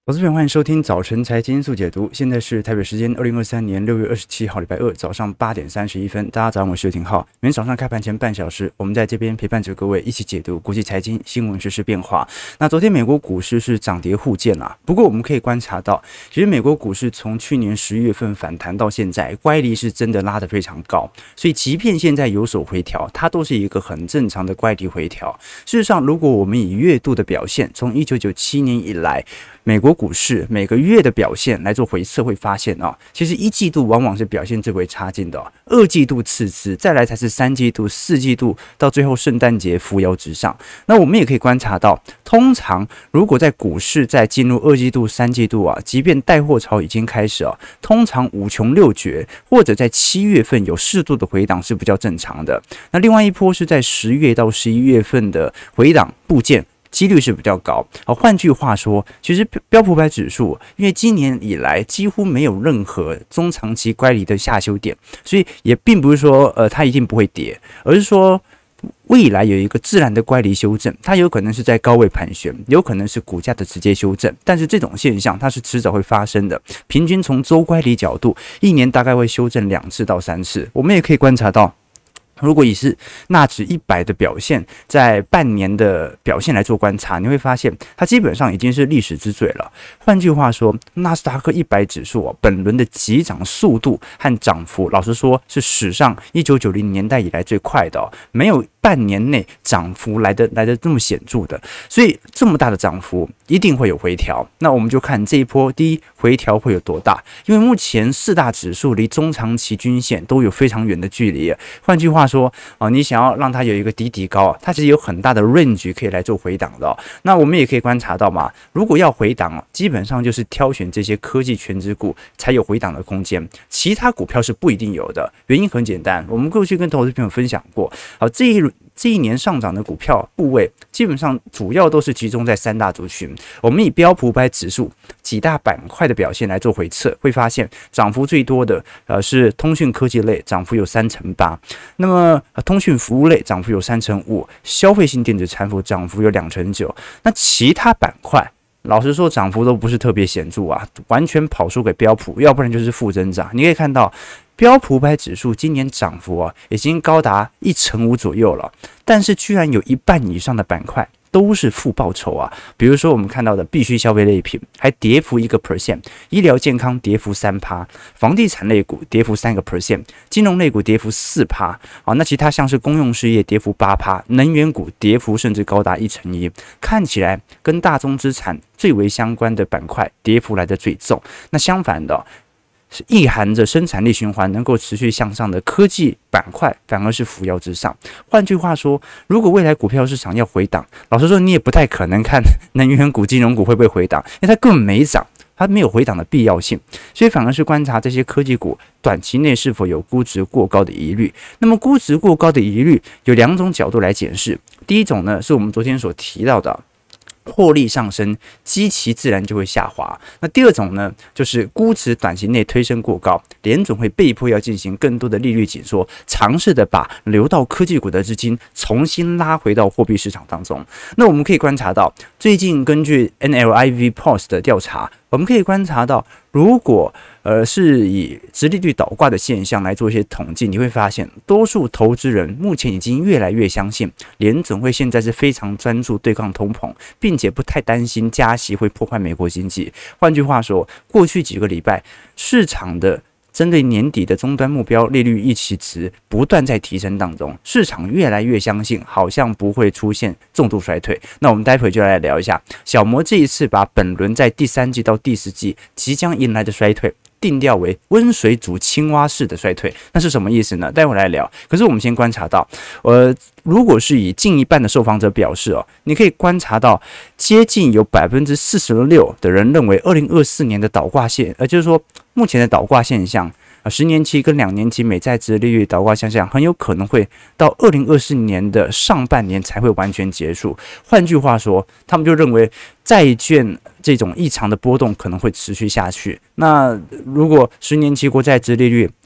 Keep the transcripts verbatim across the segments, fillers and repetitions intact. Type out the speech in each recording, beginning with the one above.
投资朋友，欢迎收听早晨财经速解读。现在是台北时间二零二三年六月二十七号礼拜二早上八点三十一分。大家早上好，我是刘廷浩。每天早上开盘前半小时，我们在这边陪伴着各位一起解读国际财经新闻、时事变化。那昨天美国股市是涨跌互见啦，不过我们可以观察到，其实美国股市从去年十一月份反弹到现在，乖离是真的拉得非常高。所以，即便现在有所回调，它都是一个很正常的乖离回调。事实上，如果我们以月度的表现，从一九九七年以来，美国股市每个月的表现来做回测，会发现啊，其实一季度往往是表现最为差劲的，二季度次之，再来才是三季度、四季度，到最后圣诞节扶摇直上。那我们也可以观察到，通常如果在股市在进入二季度、三季度啊，即便带货潮已经开始啊，通常五穷六绝，或者在七月份有适度的回档是比较正常的。那另外一波是在十月到十一月份的回档部件，几率是比较高。好，换句话说，其实标普百指数因为今年以来几乎没有任何中长期乖离的下修点，所以也并不是说呃它一定不会跌，而是说未来有一个自然的乖离修正，它有可能是在高位盘旋，有可能是股价的直接修正，但是这种现象它是迟早会发生的。平均从周乖离角度，一年大概会修正两次到三次。我们也可以观察到，如果以是纳指一百的表现，在半年的表现来做观察，你会发现它基本上已经是历史之最了。换句话说，纳斯达克一百指数、哦、本轮的急涨速度和涨幅，老实说是史上一九九零年代以来最快的、哦，没有半年内涨幅来的来的这么显著的，所以这么大的涨幅一定会有回调。那我们就看这一波第一回调会有多大，因为目前四大指数离中长期均线都有非常远的距离。换句话说，哦，你想要让它有一个底底高，它其实有很大的 range 可以来做回档的、哦。那我们也可以观察到嘛，如果要回档，基本上就是挑选这些科技全指股才有回档的空间，其他股票是不一定有的。原因很简单，我们过去跟投资朋友分享过，好，这一这一年上涨的股票部位，基本上主要都是集中在三大族群。我们以标普五百指数几大板块的表现来做回测，会发现涨幅最多的呃是通讯科技类，涨幅有三成八。那么、呃、通讯服务类涨幅有三成五，消费性电子产品涨幅有两成九。那其他板块，老实说，涨幅都不是特别显著啊，完全跑输给标普，要不然就是负增长。你可以看到，标普五百指数今年涨幅啊，已经高达一成五左右了，但是居然有一半以上的板块都是负报酬啊！比如说我们看到的必需消费类品，还跌幅一个 percent， 医疗健康跌幅三趴，房地产类股跌幅三个 percent， 金融类股跌幅四趴啊。那其他像是公用事业跌幅八趴，能源股跌幅甚至高达一成一，看起来跟大宗资产最为相关的板块跌幅来得最重。那相反的，是意含着生产力循环能够持续向上的科技板块，反而是扶摇直上。换句话说，如果未来股票市场要回档，老实说，你也不太可能看能源股、金融股会不会回档，因为它根本没涨，它没有回档的必要性，所以反而是观察这些科技股短期内是否有估值过高的疑虑。那么估值过高的疑虑有两种角度来检视，第一种呢，是我们昨天所提到的，获利上升，基期自然就会下滑。那第二种呢，就是估值短期内推升过高，联准会被迫要进行更多的利率紧缩，尝试的把流到科技股的资金重新拉回到货币市场当中。那我们可以观察到，最近根据 N L I V Pulse 的调查，我们可以观察到，如果呃是以殖利率倒挂的现象来做一些统计，你会发现，多数投资人目前已经越来越相信，联准会现在是非常专注对抗通膨，并且不太担心加息会破坏美国经济。换句话说，过去几个礼拜，市场的针对年底的终端目标利率预期值不断在提升当中，市场越来越相信，好像不会出现重度衰退。那我们待会就来聊一下，小摩这一次把本轮在第三季到第四季即将迎来的衰退定调为温水煮青蛙式的衰退，那是什么意思呢？待会来聊。可是我们先观察到，呃，如果是以近一半的受访者表示哦，你可以观察到，接近有百分之四十六的人认为，二零二四年的倒挂现，呃，就是说目前的倒挂现象。啊，十年期跟两年期美债殖利率倒挂现象很有可能会到二零二四年的上半年才会完全结束。换句话说，他们就认为债券这种异常的波动可能会持续下去。那如果十年期国债殖利率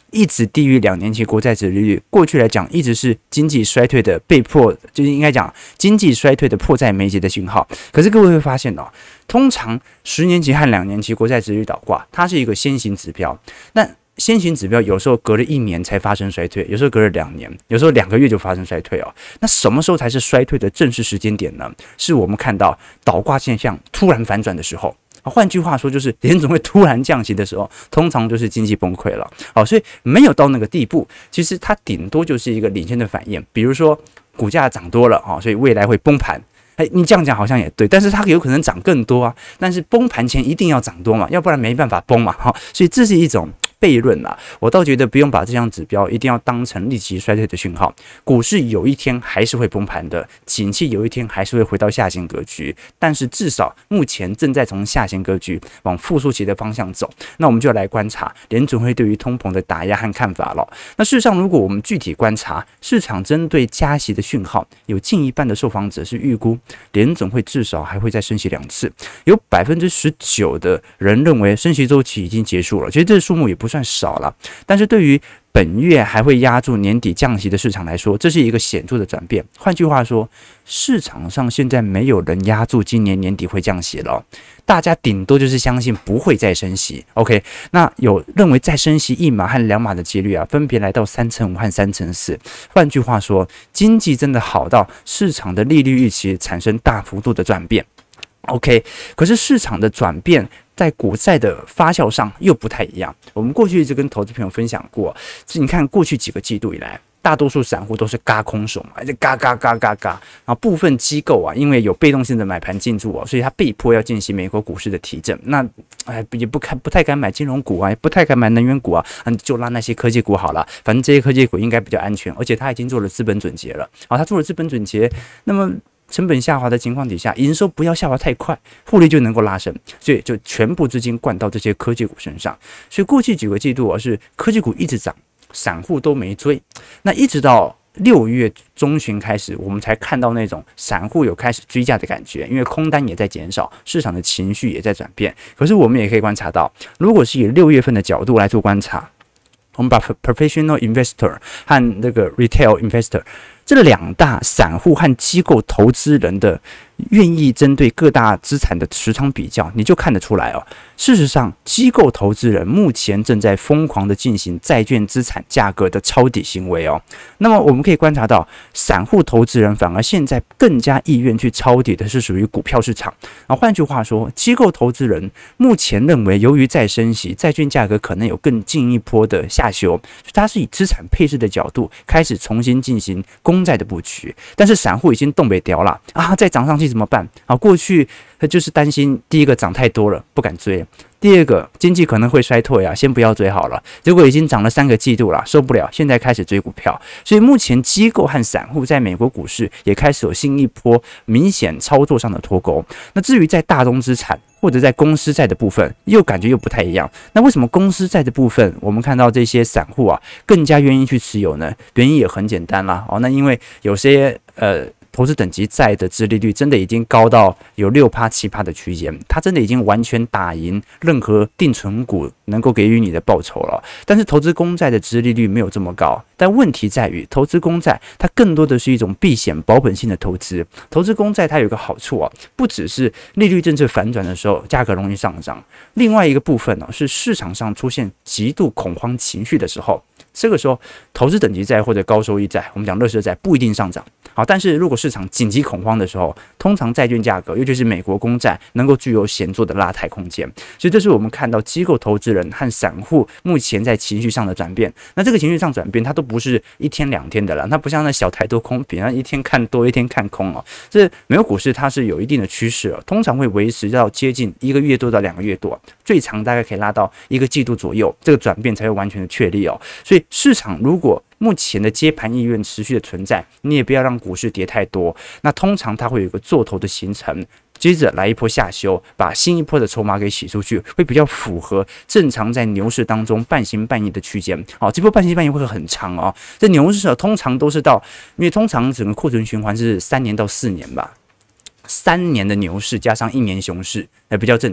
一直低于两年期国债殖利率，过去来讲一直是经济衰退的被迫，就是应该讲经济衰退的迫在眉睫的讯号。可是各位会发现哦，通常十年期和两年期国债殖利率倒挂，它是一个先行指标。那先行指标有时候隔了一年才发生衰退，有时候隔了两年，有时候两个月就发生衰退哦。那什么时候才是衰退的正式时间点呢？是我们看到倒挂现象突然反转的时候。换句话说，就是联总会突然降息的时候，通常就是经济崩溃了。好，所以没有到那个地步，其实它顶多就是一个领先的反应。比如说股价涨多了啊，所以未来会崩盘。哎，你这样讲好像也对，但是它有可能涨更多啊。但是崩盘前一定要涨多嘛，要不然没办法崩嘛。哈，所以这是一种悖论啦。我倒觉得不用把这项指标一定要当成立即衰退的讯号，股市有一天还是会崩盘的，景气有一天还是会回到下行格局，但是至少目前正在从下行格局往复苏期的方向走。那我们就来观察联准会对于通膨的打压和看法了。那事实上，如果我们具体观察市场针对加息的讯号，有近一半的受访者是预估联总会至少还会再升息两次，有百分之十九的人认为升息周期已经结束了。其实这个数目也不算少了，但是对于本月还会压住年底降息的市场来说，这是一个显著的转变。换句话说，市场上现在没有人压住今年年底会降息了，大家顶多就是相信不会再升息。OK， 那有认为再升息一码和两码的几率啊，分别来到三成五和三成四。换句话说，经济真的好到市场的利率预期产生大幅度的转变。OK， 可是市场的转变在股债的发酵上又不太一样。我们过去一直跟投资朋友分享过，你看过去几个季度以来，大多数散户都是嘎空手嘛，而且嘎嘎嘎嘎嘎，然后部分机构啊，因为有被动性的买盘进驻哦，所以他被迫要进行美国股市的提振。那哎，也不看不太敢买金融股啊，也不太敢买能源股啊，嗯，就拉那些科技股好了，反正这些科技股应该比较安全，而且他已经做了资本准结了。好，他做了资本准结，那么成本下滑的情况底下，营收不要下滑太快，获利就能够拉升，所以就全部资金灌到这些科技股身上。所以过去几个季度，而是科技股一直涨，散户都没追。那一直到六月中旬开始，我们才看到那种散户有开始追价的感觉，因为空单也在减少，市场的情绪也在转变。可是我们也可以观察到，如果是以六月份的角度来做观察，我们把 professional investor 和那个 retail investor这两大散户和机构投资人的愿意针对各大资产的持仓比较，你就看得出来哦。事实上，机构投资人目前正在疯狂的进行债券资产价格的抄底行为哦。那么我们可以观察到，散户投资人反而现在更加意愿去抄底的是属于股票市场。啊，换句话说，机构投资人目前认为，由于再升息，债券价格可能有更进一波的下修，它是以资产配置的角度开始重新进行公债的布局。但是散户已经动北掉了啊，再涨上去怎么办啊？过去他就是担心，第一个涨太多了不敢追，第二个经济可能会衰退啊，先不要追好了。结果已经涨了三个季度了，受不了，现在开始追股票。所以目前机构和散户在美国股市也开始有新一波明显操作上的脱钩。那至于在大宗资产或者在公司债的部分，又感觉又不太一样。那为什么公司债的部分，我们看到这些散户啊更加愿意去持有呢？原因也很简单啦，哦，那因为有些呃。投资等级债的殖利率真的已经高到有 百分之六、百分之七 的区间，它真的已经完全打赢任何定存股能够给予你的报酬了。但是投资公债的殖利率没有这么高，但问题在于投资公债它更多的是一种避险保本性的投资。投资公债它有一个好处啊，不只是利率政策反转的时候价格容易上涨，另外一个部分呢、啊、是市场上出现极度恐慌情绪的时候，这个时候投资等级债或者高收益债，我们讲垃圾债不一定上涨。好，但是如果市场紧急恐慌的时候，通常债券价格，尤其是美国公债，能够具有显著的拉抬空间。所以这是我们看到机构投资人和散户目前在情绪上的转变。那这个情绪上转变，它都不是一天两天的了，它不像那小台多空比，那一天看多一天看空哦。这美国股市它是有一定的趋势哦，通常会维持到接近一个月多到两个月多，最长大概可以拉到一个季度左右，这个转变才会完全的确立哦。所以市场如果目前的接盘意愿持续的存在，你也不要让股市跌太多。那通常它会有一个做头的形成，接着来一波下修，把新一波的筹码给洗出去，会比较符合正常在牛市当中半信半疑的区间。好，这波半信半疑会很长哦。这牛市通常都是到，因为通常整个库存循环是三年到四年吧，三年的牛市加上一年熊市，也比较正常。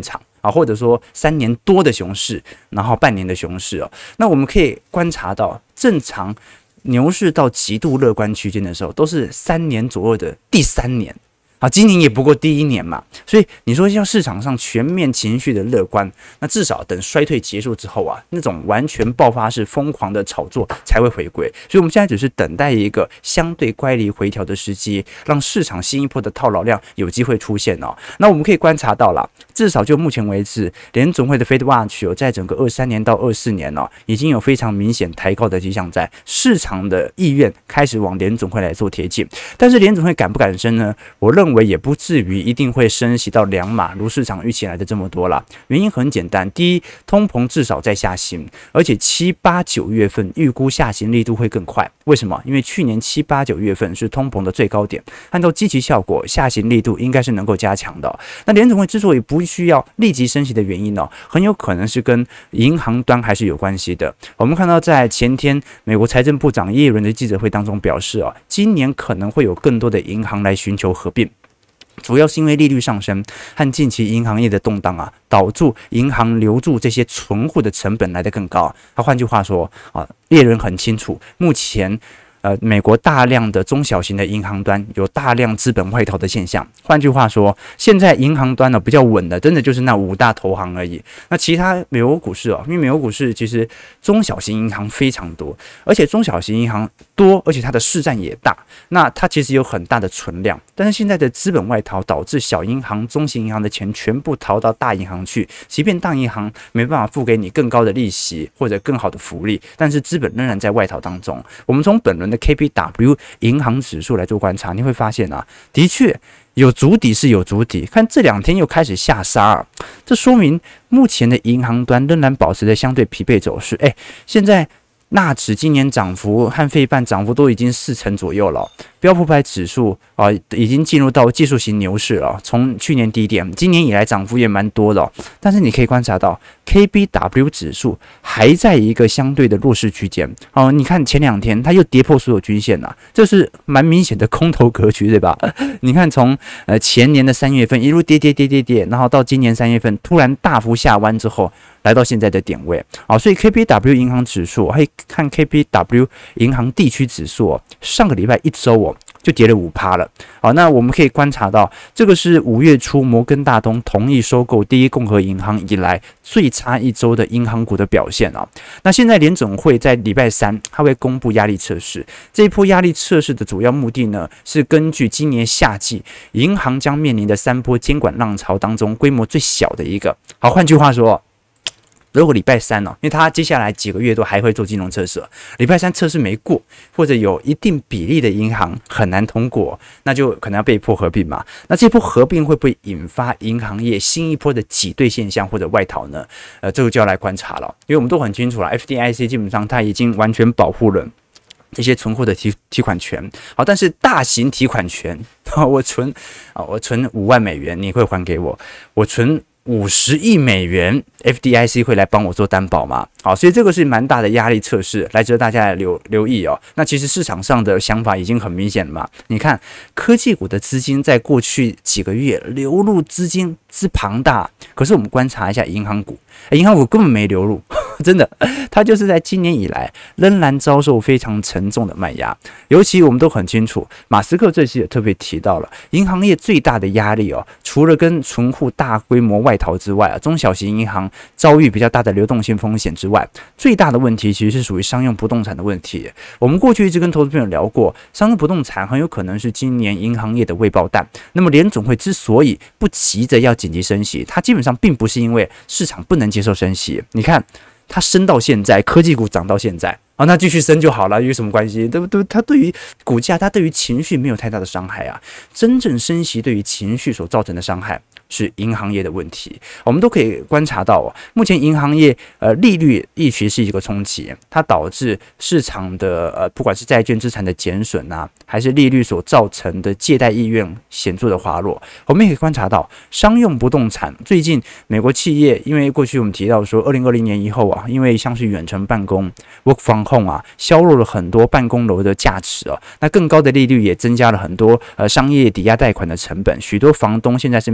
啊，或者说三年多的熊市，然后半年的熊市哦。那我们可以观察到，正常牛市到极度乐观区间的时候，都是三年左右的第三年。啊，今年也不过第一年嘛，所以你说要市场上全面情绪的乐观，那至少等衰退结束之后啊，那种完全爆发式疯狂的炒作才会回归。所以我们现在只是等待一个相对乖离回调的时机，让市场新一波的套牢量有机会出现哦。那我们可以观察到啦，至少就目前为止，联总会的 Fed Watch 有在整个二三年到二四年哦，已经有非常明显抬高的迹象在，市场的意愿开始往联总会来做贴近。但是联总会敢不敢升呢？我认为也不至于一定会升息到两码，如市场预期来的这么多啦。原因很简单，第一，通膨至少在下行，而且七八九月份预估下行力度会更快。为什么？因为去年七八九月份是通膨的最高点，按照积极效果，下行力度应该是能够加强的哦。那联总会之所以不需要立即升息的原因呢、哦，很有可能是跟银行端还是有关系的。我们看到在前天美国财政部长耶伦的记者会当中表示啊、哦，今年可能会有更多的银行来寻求合并。主要是因为利率上升和近期银行业的动荡啊，导致银行留住这些存户的成本来得更高。他换句话说啊，猎人很清楚，目前呃美国大量的中小型的银行端有大量资本外逃的现象。换句话说，现在银行端呢比较稳的，真的就是那五大投行而已。那其他美国股市哦，因为美国股市其实中小型银行非常多，而且中小型银行多，而且它的市占也大，那它其实有很大的存量。但是现在的资本外逃导致小银行、中型银行的钱全部逃到大银行去，即便大银行没办法付给你更高的利息或者更好的福利，但是资本仍然在外逃当中。我们从本轮的 K P W 银行指数来做观察，你会发现啊，的确有筑底是有筑底，看这两天又开始下杀、啊，这说明目前的银行端仍然保持着相对疲惫走势。哎，现在纳指今年涨幅和费半涨幅都已经四成左右了，标普五百指数啊、呃、已经进入到技术型牛市了，从去年低点，今年以来涨幅也蛮多的、哦。但是你可以观察到 K B W 指数还在一个相对的弱势区间哦。你看前两天它又跌破所有均线了，这是蛮明显的空头格局，对吧？你看从呃前年的三月份一路跌跌跌跌跌，然后到今年三月份突然大幅下弯之后，来到现在的点位啊、哦，所以 K B W 银行指数还看 K B W 银行地区指数、哦，上个礼拜一周哦就跌了 百分之五 了。好，那我们可以观察到，这个是五月初摩根大通同意收购第一共和银行以来最差一周的银行股的表现啊。那现在联总会在礼拜三，它会公布压力测试。这一波压力测试的主要目的呢，是根据今年夏季银行将面临的三波监管浪潮当中规模最小的一个。好，换句话说，如果礼拜三哦，因为他接下来几个月都还会做金融测试，礼拜三测试没过，或者有一定比例的银行很难通过，那就可能要被迫合并嘛。那这波合并会不会引发银行业新一波的挤兑现象或者外逃呢？呃，这个就要来观察了，因为我们都很清楚了 ，F D I C 基本上它已经完全保护了这些存户的提提款权，好，但是大型提款权，我存啊，我存五万美元，你会还给我，我存五十亿美元 ，F D I C 会来帮我做担保吗？好，所以这个是蛮大的压力测试，来值得大家来留留意哦。那其实市场上的想法已经很明显了嘛，你看科技股的资金在过去几个月流入资金之庞大，可是我们观察一下银行股，银行股根本没流入，真的，它就是在今年以来仍然遭受非常沉重的卖压。尤其我们都很清楚，马斯克这期也特别提到了，银行业最大的压力哦，除了跟存户大规模外逃之外啊，中小型银行遭遇比较大的流动性风险之外，最大的问题其实是属于商用不动产的问题。我们过去一直跟投资朋友聊过，商用不动产很有可能是今年银行业的未爆弹。那么联总会之所以不急着要紧急升息，它基本上并不是因为市场不能接受升息，你看它升到现在，科技股涨到现在。啊，那继续升就好了，有什么关系？对不对？它对于股价，它对于情绪没有太大的伤害啊。真正升息对于情绪所造成的伤害是银行业的问题。我们都可以观察到，目前银行业呃利率预期是一个冲击，它导致市场的呃不管是债券资产的减损啊，还是利率所造成的借贷意愿显著的滑落。我们也可以观察到，商用不动产最近美国企业，因为过去我们提到说，二零二零年以后啊，因为像是远程办公 work from home 啊，削弱了很多办公楼的价值哦。那更高的利率也增加了很多呃商业抵押贷款的成本，许多房东现在是面临违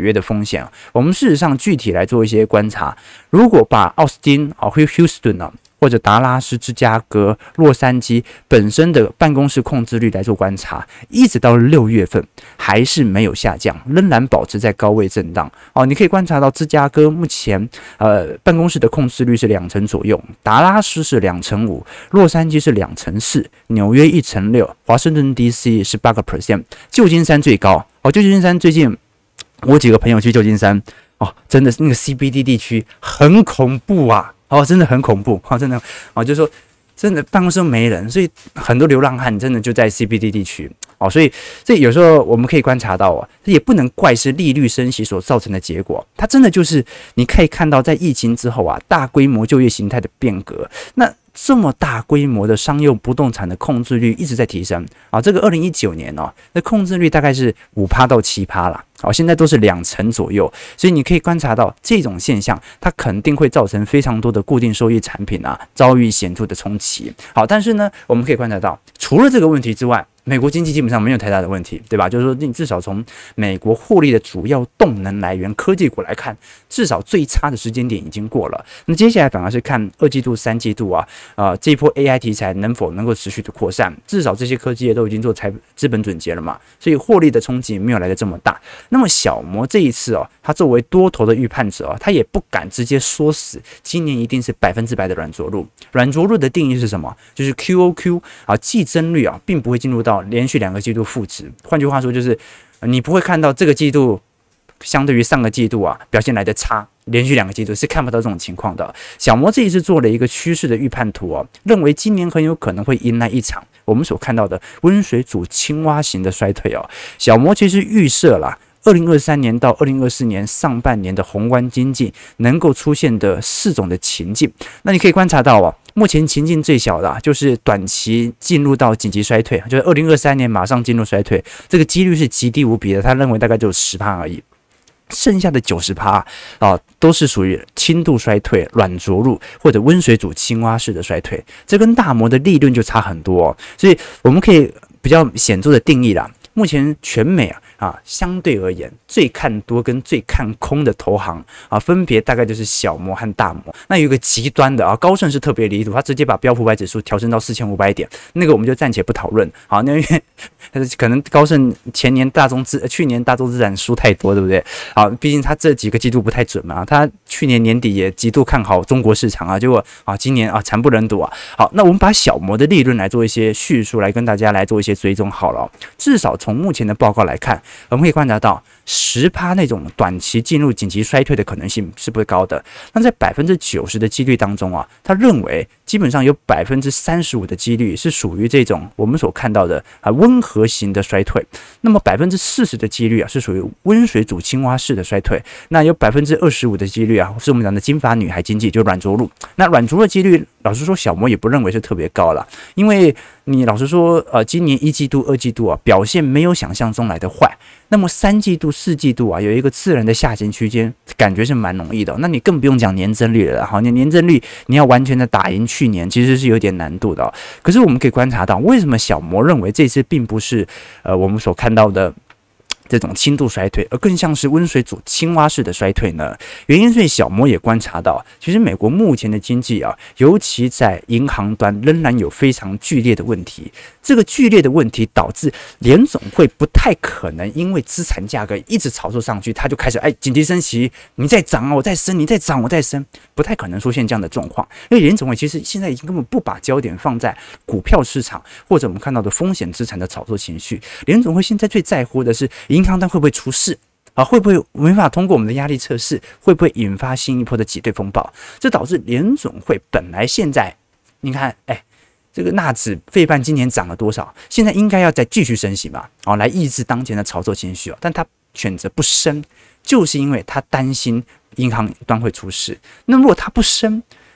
约的风险。我们事实上具体来做一些观察，如果把奥斯汀啊、Houston 啊，或者达拉斯、芝加哥、洛杉矶本身的办公室空置率来做观察，一直到六月份还是没有下降，仍然保持在高位震荡。哦，你可以观察到芝加哥目前呃办公室的空置率是两成左右，达拉斯是两成五，洛杉矶是两成四，纽约一成六，华盛顿 D C 是八个 percent， 旧金山最高。哦，旧金山最近我几个朋友去旧金山，哦，真的是那个 C B D 地区很恐怖啊。哦，真的很恐怖哦，真的哦，就是说，真的办公室都没人，所以很多流浪汉真的就在 C B D 地区哦，所以这有时候我们可以观察到哦，这也不能怪是利率升息所造成的结果，它真的就是你可以看到在疫情之后啊，大规模就业形态的变革，那这么大规模的商用不动产的控制率一直在提升啊，这个二零一九年哦，那控制率大概是 百分之五到百分之七 啦。好，现在都是两成左右，所以你可以观察到这种现象，它肯定会造成非常多的固定收益产品啊遭遇显著的冲击。好，但是呢，我们可以观察到，除了这个问题之外，美国经济基本上没有太大的问题，对吧？就是说，你至少从美国获利的主要动能来源科技股来看，至少最差的时间点已经过了。那接下来反而是看二季度、三季度啊，呃，这一波 A I 题材能否能够持续的扩散。至少这些科技业都已经做财资本准结了嘛，所以获利的冲击没有来得这么大。那么小摩这一次哦，他作为多头的预判者哦，他也不敢直接说死今年一定是百分之百的软着陆。软着陆的定义是什么？就是 Q O Q 啊，季增率啊，并不会进入到连续两个季度负值。换句话说，就是你不会看到这个季度相对于上个季度啊表现来的差，连续两个季度是看不到这种情况的。小摩这一次做了一个趋势的预判图哦，认为今年很有可能会迎来一场我们所看到的温水煮青蛙型的衰退哦。小摩其实预设啦，二零二三年到二零二四年上半年的宏观经济能够出现的四种的情境，那你可以观察到哦，目前情境最小的、啊、就是短期进入到紧急衰退，就是二零二三年马上进入衰退，这个几率是极低无比的，他认为大概只有 百分之十 而已。剩下的 百分之九十 啊，都是属于轻度衰退、软着陆或者温水煮青蛙式的衰退，这跟大摩的利润就差很多、哦，所以我们可以比较显著的定义啦。目前全美啊啊，相对而言最看多跟最看空的投行啊，分别大概就是小摩和大摩。那有一个极端的啊，高盛是特别离谱，他直接把标普五百指数调升到四千五百点，那个我们就暂且不讨论。好，那因为可能高盛前年大宗资、呃、去年大宗资产输太多，对不对？好，毕竟他这几个季度不太准嘛，他去年年底也极度看好中国市场啊，结果啊今年啊惨不忍睹啊。好，那我们把小摩的利润来做一些叙述，来跟大家来做一些追踪好了、哦。至少从目前的报告来看，我们可以观察到 百分之十 那种短期进入紧急衰退的可能性是不高的。那在 百分之九十 的几率当中啊，他认为基本上有 百分之三十五 的几率是属于这种我们所看到的啊温和型的衰退。那么 百分之四十 的几率啊是属于温水煮青蛙式的衰退。那有 百分之二十五 的几率啊是我们讲的金发女孩经济，就软着陆。那软着陆的几率，老实说小摩也不认为是特别高了，因为你老实说呃今年一季度、二季度啊表现没有想象中来的坏。那么三季度、四季度啊，有一个自然的下行区间，感觉是蛮容易的、哦。那你更不用讲年增率了，好，你年增率你要完全的打赢去年，其实是有点难度的、哦。可是我们可以观察到，为什么小摩认为这次并不是呃我们所看到的这种轻度衰退，而更像是温水煮青蛙式的衰退呢？原因是小摩也观察到，其实美国目前的经济啊，尤其在银行端仍然有非常剧烈的问题。这个剧烈的问题导致联总会不太可能因为资产价格一直炒作上去，他就开始哎紧急升息，你再涨我再升，你再涨我再升，不太可能出现这样的状况。因为联总会其实现在已经根本不把焦点放在股票市场或者我们看到的风险资产的炒作情绪，联总会现在最在乎的是银行端会不会出事。啊，会不会没法通过我们的压力测试？会不会引发新一波的挤兑风暴？这导致联总会本来现在，你看，哎，这个纳指、费半今年涨了多少？现在应该要再继续升息嘛，哦，来抑制当前的炒作情绪哦。但他选择不升，就是因为他担心银行端会出事。那如果他不升，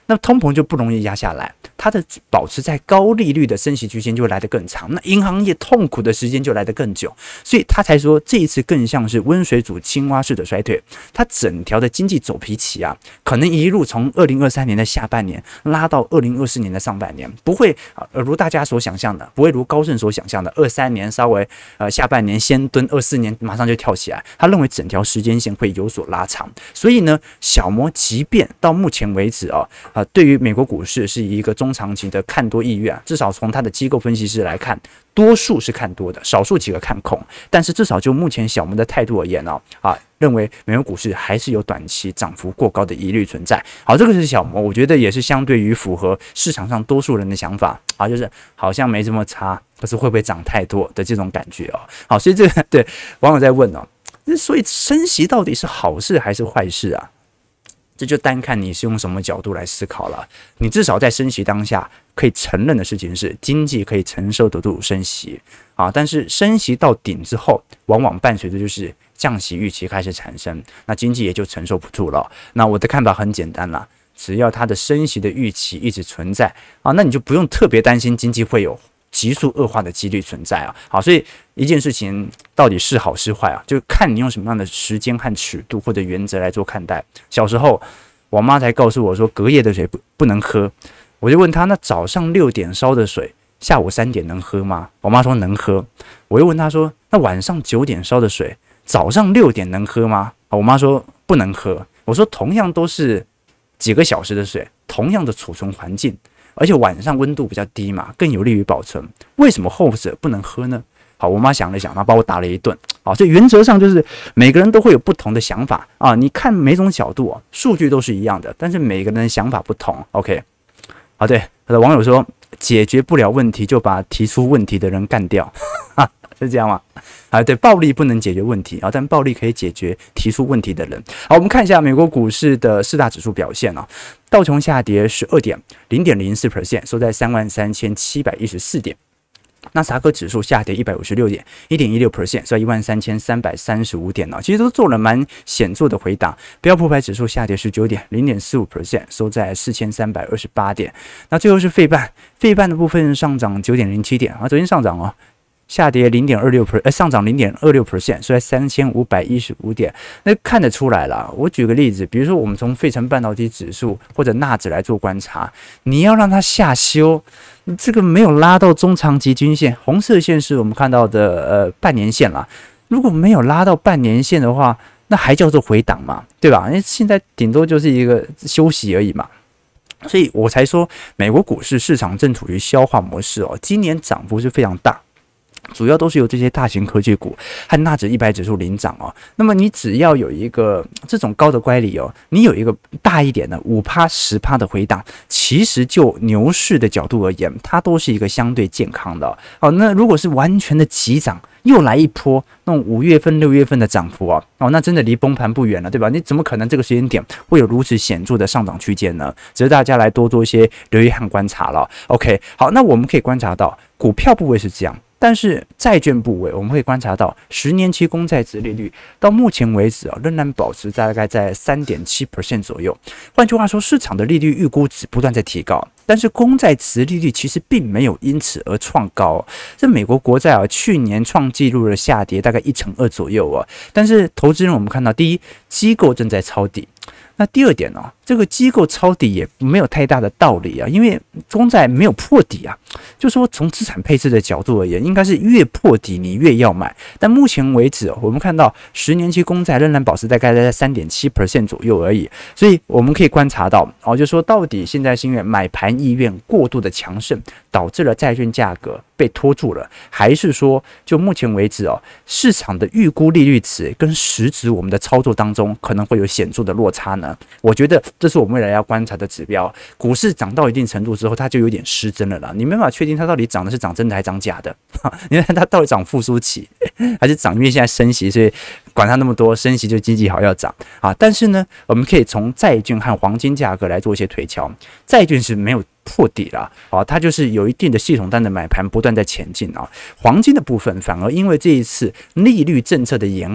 那通膨就不容易压下来，它的保持在高利率的升息区间就会来得更长，那银行业痛苦的时间就来得更久，所以他才说这一次更像是温水煮青蛙式的衰退，它整条的经济走皮期啊，可能一路从二零二三年的下半年拉到二零二四年的上半年，不会呃如大家所想象的，不会如高盛所想象的二三年稍微呃下半年先蹲，二四年马上就跳起来，他认为整条时间线会有所拉长，所以呢，小摩即便到目前为止啊，呃，对于美国股市是一个中长期的看多意愿，至少从他的机构分析师来看，多数是看多的，少数几个看空。但是至少就目前小摩的态度而言哦，啊，认为美国股市还是有短期涨幅过高的疑虑存在。好，这个是小摩，我觉得也是相对于符合市场上多数人的想法啊，就是好像没这么差，可是会不会涨太多的这种感觉哦。好，所以这个对网友在问哦，所以升息到底是好事还是坏事啊？这就单看你是用什么角度来思考了。你至少在升息当下可以承认的事情是，经济可以承受得住升息啊，但是升息到顶之后，往往伴随着就是降息预期开始产生，那经济也就承受不住了。那我的看法很简单啦，只要它的升息的预期一直存在啊，那你就不用特别担心经济会有急速恶化的几率存在啊。好，所以一件事情到底是好是坏啊，就看你用什么样的时间和尺度或者原则来做看待。小时候，我妈才告诉我说，隔夜的水不不能喝。我就问她，那早上六点烧的水，下午三点能喝吗？我妈说能喝。我又问她说，那晚上九点烧的水，早上六点能喝吗？我妈说不能喝。我说同样都是几个小时的水，同样的储存环境，而且晚上温度比较低嘛，更有利于保存。为什么后者不能喝呢？好，我妈想了想，她把我打了一顿。好，所以原则上就是每个人都会有不同的想法啊。你看每种角度啊，数据都是一样的，但是每个人的想法不同。OK， 好，对，有的网友说解决不了问题就把提出问题的人干掉，是这样吗？啊，对，暴力不能解决问题啊，但暴力可以解决提出问题的人。好，我们看一下美国股市的四大指数表现啊，道琼下跌十二点，零点零四 percent， 收在三万三千七百一十四点。纳斯达克指数下跌一百五十六点，一点一六 percent， 收一万三千三百三十五点呢，其实都做了蛮显著的回档。标普五百指数下跌十九点，零点四五 percent， 收在四千三百二十八点。那最后是费半，费半的部分上涨九点零七点啊，昨天上涨哦。下跌 零点二六 percent， 呃，上涨 零点二六 percent， 收在三千五百一十五点。那看得出来了。我举个例子，比如说我们从费城半导体指数或者纳指来做观察，你要让它下修，这个没有拉到中长期均线，红色线是我们看到的呃半年线啦。如果没有拉到半年线的话，那还叫做回档嘛，对吧？因为现在顶多就是一个休息而已嘛。所以我才说，美国股市市场正处于消化模式哦，今年涨幅是非常大。主要都是由这些大型科技股和纳指一百指数领涨哦。那么你只要有一个这种高的乖离哦，你有一个大一点的 百分之五、百分之十 的回档，其实就牛市的角度而言，它都是一个相对健康的哦。那如果是完全的急涨，又来一波那种五月份、六月份的涨幅啊，哦，那真的离崩盘不远了，对吧？你怎么可能这个时间点会有如此显著的上涨区间呢？只是大家来多做一些留意和观察了。OK， 好，那我们可以观察到股票部位是这样。但是债券部位，我们会观察到十年期公债殖利率到目前为止啊，仍然保持大概在 百分之三点七 左右。换句话说，市场的利率预估值不断在提高，但是公债殖利率其实并没有因此而创高。这美国国债啊，去年创纪录的下跌大概一成二左右啊。但是投资人我们看到，第一，机构正在抄底。那第二点呢、哦，这个机构抄底也没有太大的道理啊，因为公债没有破底啊，就说从资产配置的角度而言，应该是越破底你越要买。但目前为止、哦，我们看到十年期公债仍然保持大概在 百分之三点七 左右而已，所以我们可以观察到，哦，就说到底现在是因为买盘意愿过度的强盛，导致了债券价格被拖住了，还是说就目前为止哦，市场的预估利率值跟实质我们的操作当中可能会有显著的落差呢？我觉得这是我们未来要观察的指标。股市涨到一定程度之后，它就有点失真了啦，你没办法确定它到底涨的是涨真的还是涨假的。你看它到底涨复苏期，还是涨因为现在升息，所以管它那么多，升息就经济好要涨啊。但是呢，我们可以从债券和黄金价格来做一些推敲，债券是没有破底了啊，它就是有一定的系统单的买盘不断在前进啊。黄金的部分反而因为这一次利率政策的延后，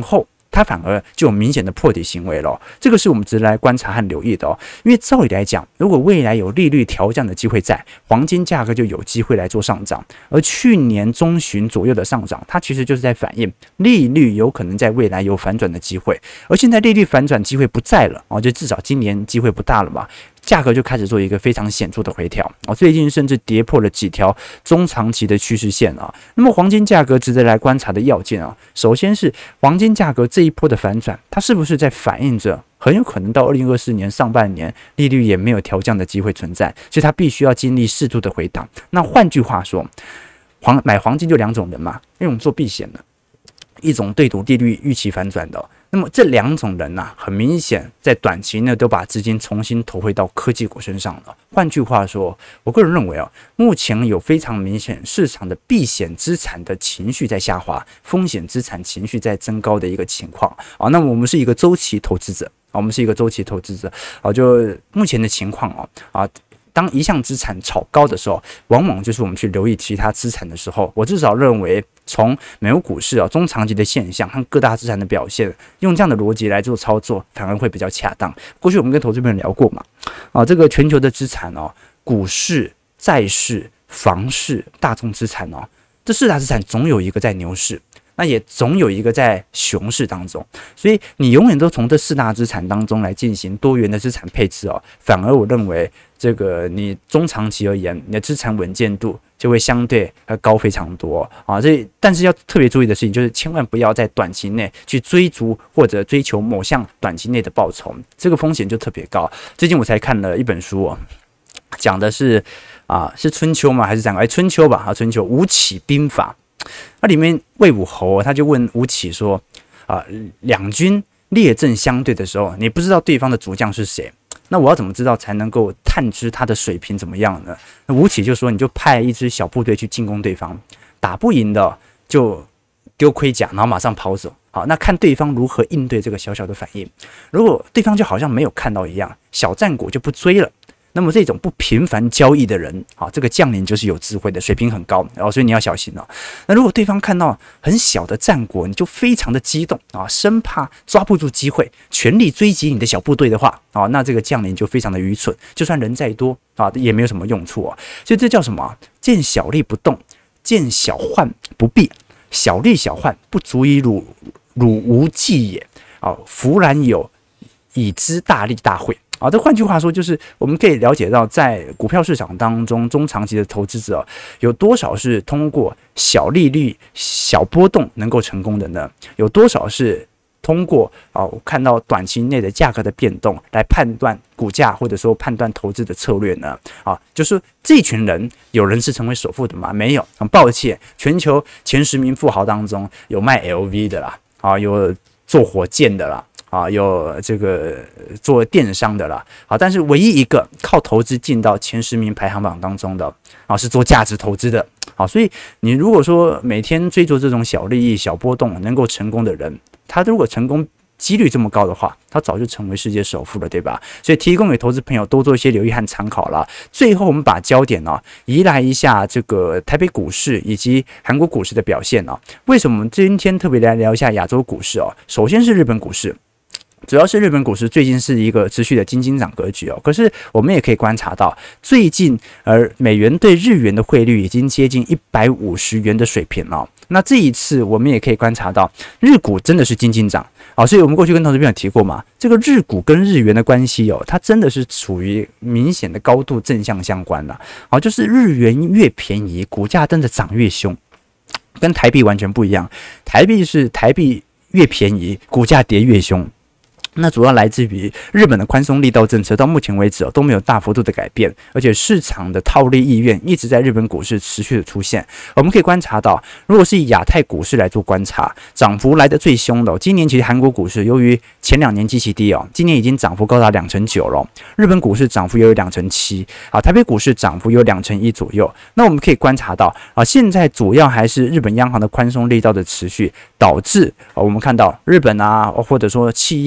它反而就有明显的破底行为了。这个是我们值得来观察和留意的哦。因为照理来讲，如果未来有利率调降的机会在，黄金价格就有机会来做上涨。而去年中旬左右的上涨，它其实就是在反映利率有可能在未来有反转的机会。而现在利率反转机会不在了哦，就至少今年机会不大了嘛。价格就开始做一个非常显著的回调啊，最近甚至跌破了几条中长期的趋势线啊。那么黄金价格值得来观察的要件啊，首先是黄金价格这一波的反转，它是不是在反映着很有可能到二零二四年上半年利率也没有调降的机会存在，所以它必须要经历适度的回档。那换句话说，黄买黄金就两种人嘛，一种做避险的，一种对赌利率预期反转的。那么这两种人呐、啊，很明显在短期内都把资金重新投回到科技股身上了。换句话说，我个人认为啊，目前有非常明显市场的避险资产的情绪在下滑，风险资产情绪在增高的一个情况啊。那么我们是一个周期投资者啊，我们是一个周期投资者啊，就目前的情况啊啊。当一项资产炒高的时候，往往就是我们去留意其他资产的时候。我至少认为，从美国股市啊中长期的现象和各大资产的表现，用这样的逻辑来做操作，反而会比较恰当。过去我们跟投资朋友聊过嘛，啊，这个全球的资产哦，股市、债市、房市、大宗资产哦，这四大资产总有一个在牛市。那也总有一个在熊市当中，所以你永远都从这四大资产当中来进行多元的资产配置哦。反而我认为，这个你中长期而言，你的资产稳健度就会相对高非常多啊。所以，但是要特别注意的事情就是，千万不要在短期内去追逐或者追求某项短期内的报酬，这个风险就特别高。最近我才看了一本书哦，讲的是啊，是春秋吗？还是讲哎春秋吧？啊，春秋吴起兵法。那里面魏武侯他就问吴起说：“啊，两军列阵相对的时候，你不知道对方的主将是谁，那我要怎么知道才能够探知他的水平怎么样呢？”那吴起就说：“你就派一支小部队去进攻对方，打不赢的就丢盔甲，然后马上跑走。好，那看对方如何应对这个小小的反应。如果对方就好像没有看到一样，小战果就不追了。”那么这种不频繁交易的人，啊，这个将领就是有智慧的，水平很高，然后所以你要小心哦。那如果对方看到很小的战果，你就非常的激动啊，生怕抓不住机会，全力追击你的小部队的话，啊，那这个将领就非常的愚蠢，就算人再多啊，也没有什么用处啊。所以这叫什么？见小利不动，见小患不避，小利小患不足以辱辱无忌也啊，弗然有以知大利大惠。啊，这换句话说，就是我们可以了解到，在股票市场当中，中长期的投资者有多少是通过小利率、小波动能够成功的呢？有多少是通过啊，我看到短期内的价格的变动来判断股价，或者说判断投资的策略呢？啊，就是这群人，有人是成为首富的吗？没有，很抱歉，全球前十名富豪当中有卖 L V 的啦，啊，有做火箭的啦。啊，有这个做电商的啦，好，但是唯一一个靠投资进到前十名排行榜当中的啊，是做价值投资的，好，所以你如果说每天追逐这种小利益、小波动能够成功的人，他如果成功几率这么高的话，他早就成为世界首富了，对吧？所以提供给投资朋友多做一些留意和参考了。最后，我们把焦点呢、啊、移来一下这个台北股市以及韩国股市的表现呢、啊。为什么我们今天特别来聊一下亚洲股市哦？首先是日本股市。主要是日本股市最近是一个持续的金金涨格局哦，可是我们也可以观察到，最近而美元对日元的汇率已经接近一百五十元的水平了。那这一次我们也可以观察到，日股真的是金金涨啊，所以我们过去跟投资朋友提过嘛，这个日股跟日元的关系哦，它真的是处于明显的高度正向相关了啊，就是日元越便宜，股价真的涨越凶，跟台币完全不一样，台币是台币越便宜，股价跌越凶。那主要来自于日本的宽松力道政策，到目前为止、哦、都没有大幅度的改变，而且市场的套利意愿一直在日本股市持续的出现。我们可以观察到，如果是以亚太股市来做观察，涨幅来得最凶的、哦，今年其实韩国股市由于前两年基期低哦，今年已经涨幅高达两成九了。日本股市涨幅也有两成七啊，台北股市涨幅有两成一左右。那我们可以观察到啊，现在主要还是日本央行的宽松力道的持续，导致、啊、我们看到日本啊，或者说企业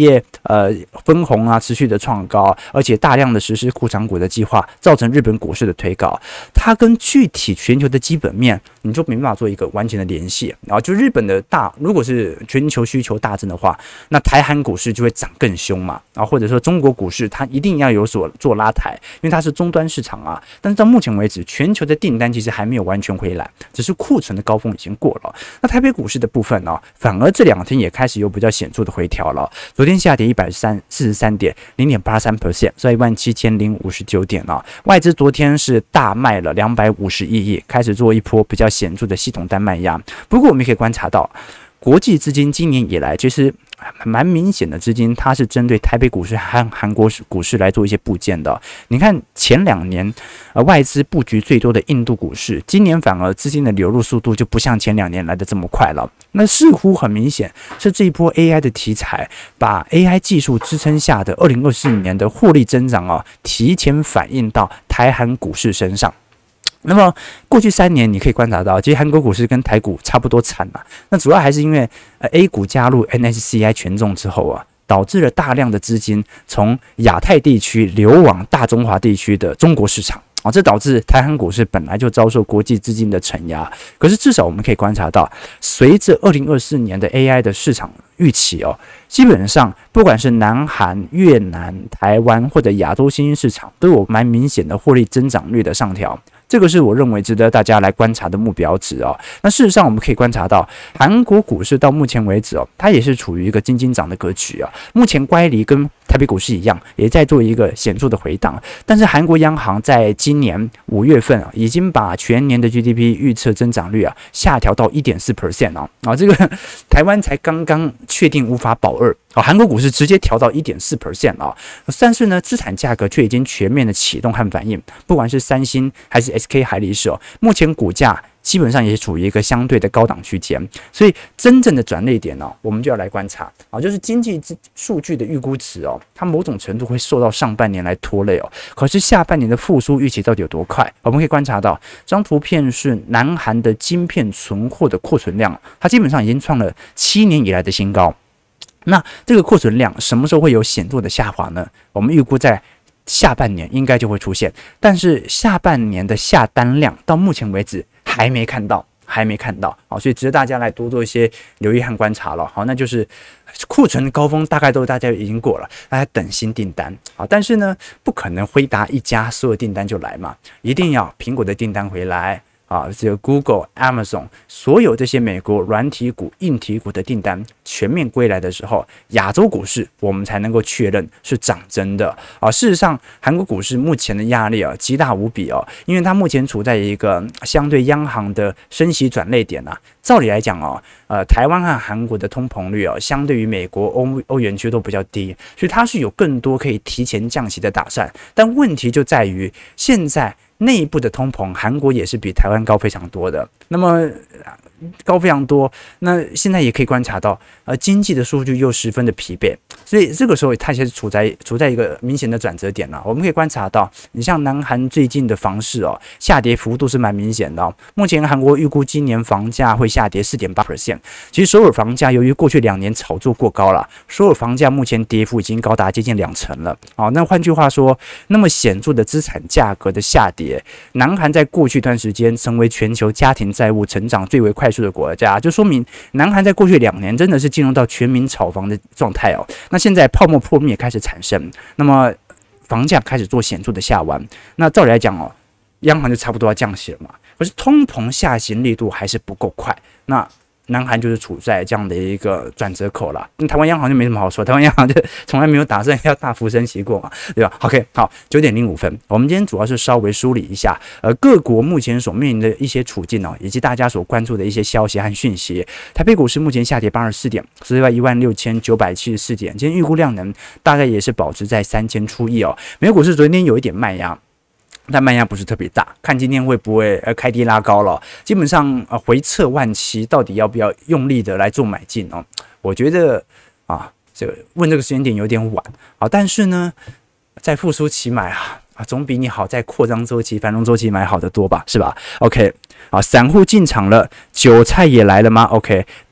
呃分红啊持续的创高，而且大量的实施库藏股的计划，造成日本股市的推高。它跟具体全球的基本面，你就没办法做一个完全的联系。然后就日本的大，如果是全球需求大增的话，那台韩股市就会涨更凶嘛。啊，或者说中国股市它一定要有所做拉抬，因为它是终端市场啊。但是到目前为止，全球的订单其实还没有完全回来，只是库存的高峰已经过了。那台北股市的部分呢、哦，反而这两天也开始有比较显著的回调了。昨天下跌一百四十三点，零点八三 percent， 在一万七千零五十九点啊、哦。外资昨天是大卖了两百五十一亿，开始做一波比较显著的系统单卖压。不过我们也可以观察到，国际资金今年以来其实蛮明显的资金，它是针对台北股市和韩国股市来做一些布件的。你看前两年，呃，外资布局最多的印度股市，今年反而资金的流入速度就不像前两年来的这么快了。那似乎很明显是这一波 A I 的题材，把 A I 技术支撑下的二零二四年的获利增长啊，提前反映到台韩股市身上。那么过去三年，你可以观察到，其实韩国股市跟台股差不多惨啊。那主要还是因为呃 A 股加入 N S C I 权重之后啊，导致了大量的资金从亚太地区流往大中华地区的中国市场。啊，这导致台韩股市本来就遭受国际资金的承压，可是至少我们可以观察到，随着二零二四年的 A I 的市场预期哦，基本上不管是南韩、越南、台湾或者亚洲新兴市场，都有蛮明显的获利增长率的上调。这个是我认为值得大家来观察的目标值哦。那事实上，我们可以观察到，韩国股市到目前为止哦，它也是处于一个金金涨的格局啊。目前乖离跟台北股市一样，也在做一个显著的回档。但是韩国央行在今年五月份啊，已经把全年的 G D P 预测增长率啊下调到 百分之一点四 啊啊，这个台湾才刚刚确定无法保二。哦，韩国股市直接调到 百分之一点四 啊，但是呢，资产价格却已经全面的启动和反应，不管是三星还是 S K 海力士哦，目前股价基本上也是处于一个相对的高档区间，所以真正的转捩点呢、哦，我们就要来观察啊，就是经济数据的预估值哦，它某种程度会受到上半年来拖累哦，可是下半年的复苏预期到底有多快？我们可以观察到，这张图片是南韩的晶片存货的库存量，它基本上已经创了七年以来的新高。那这个库存量什么时候会有显著的下滑呢？我们预估在下半年应该就会出现，但是下半年的下单量到目前为止还没看到，还没看到，好，所以值得大家来多做一些留意和观察了。好，那就是库存高峰大概都大家已经过了，大家等新订单啊，但是呢，不可能辉达一家所有订单就来嘛，一定要苹果的订单回来。啊，这个 Google、Amazon 所有这些美国软体股、硬体股的订单全面归来的时候，亚洲股市我们才能够确认是涨真的啊。事实上，韩国股市目前的压力啊极大无比哦，因为它目前处在一个相对央行的升息转捩点啊。照理来讲哦，呃，台湾和韩国的通膨率哦，相对于美国、欧欧元区都比较低，所以它是有更多可以提前降息的打算。但问题就在于现在。内部的通膨，韩国也是比台湾高非常多的。那么高非常多，那现在也可以观察到，呃，经济的数据又十分的疲惫，所以这个时候它也是处在处在一个明显的转折点了。我们可以观察到，你像南韩最近的房市哦，下跌幅度是蛮明显的哦。目前韩国预估今年房价会下跌 百分之四点八。其实首尔房价由于过去两年炒作过高了，首尔房价目前跌幅已经高达接近两成了。哦，那换句话说，那么显著的资产价格的下跌，南韩在过去一段时间成为全球家庭债务成长最为快速的国家，就说明南韩在过去两年真的是进入到全民炒房的状态哦。那现在泡沫破灭开始产生，那么房价开始做显著的下弯。那照理来讲哦，央行就差不多要降息了嘛。可是通膨下行力度还是不够快，那南韩就是处在这样的一个转折口了。那台湾央行就没什么好说，台湾央行就从来没有打算要大幅升息过嘛，对吧 ？OK， 好，九点零五分，我们今天主要是稍微梳理一下，呃，各国目前所面临的一些处境哦，以及大家所关注的一些消息和讯息。台北股市目前下跌八十四点，收在一万六千九百七十四点，今天预估量能大概也是保持在三千出亿哦。美国股市昨天有一点卖压。但卖压不是特别大，看今天会不会呃开低拉高了。基本上呃回撤万七，到底要不要用力的来做买进哦？我觉得啊，这个问这个时间点有点晚啊，但是呢，在复苏期买啊啊，总比你好在扩张周期、繁荣周期买好得多吧，是吧 ？OK， 啊，散户进场了，韭菜也来了吗 ？OK，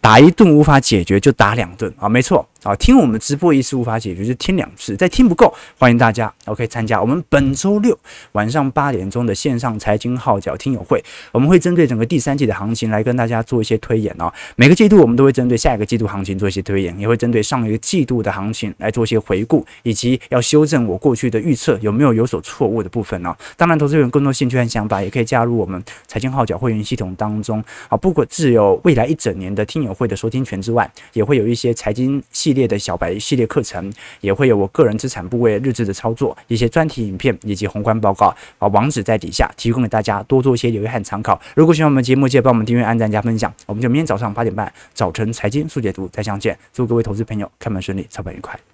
打一顿无法解决，就打两顿啊，没错啊，听我们直播一次无法解决，就听两次，再听不够，欢迎大家 OK 参加我们本周六晚上八点钟的线上财经号角听友会，我们会针对整个第三季的行情来跟大家做一些推演啊，每个季度我们都会针对下一个季度行情做一些推演，也会针对上一个季度的行情来做一些回顾，以及要修正我过去的预测有没有有所错误的部分啊。当然，投资人更多兴趣和想法，也可以加入我们财经号角会员系统当中啊，不管是有未来一整年的听友会的收听权之外，也会有一些财经系列的小白系列课程，也会有我个人资产部位日志的操作，一些专题影片以及宏观报告啊，网址在底下提供给大家多做一些留意和参考。如果喜欢我们节目，记得帮我们订阅、按赞、加分享。我们就明天早上八点半早晨财经速解读再相见。祝各位投资朋友开门顺利，操盘愉快。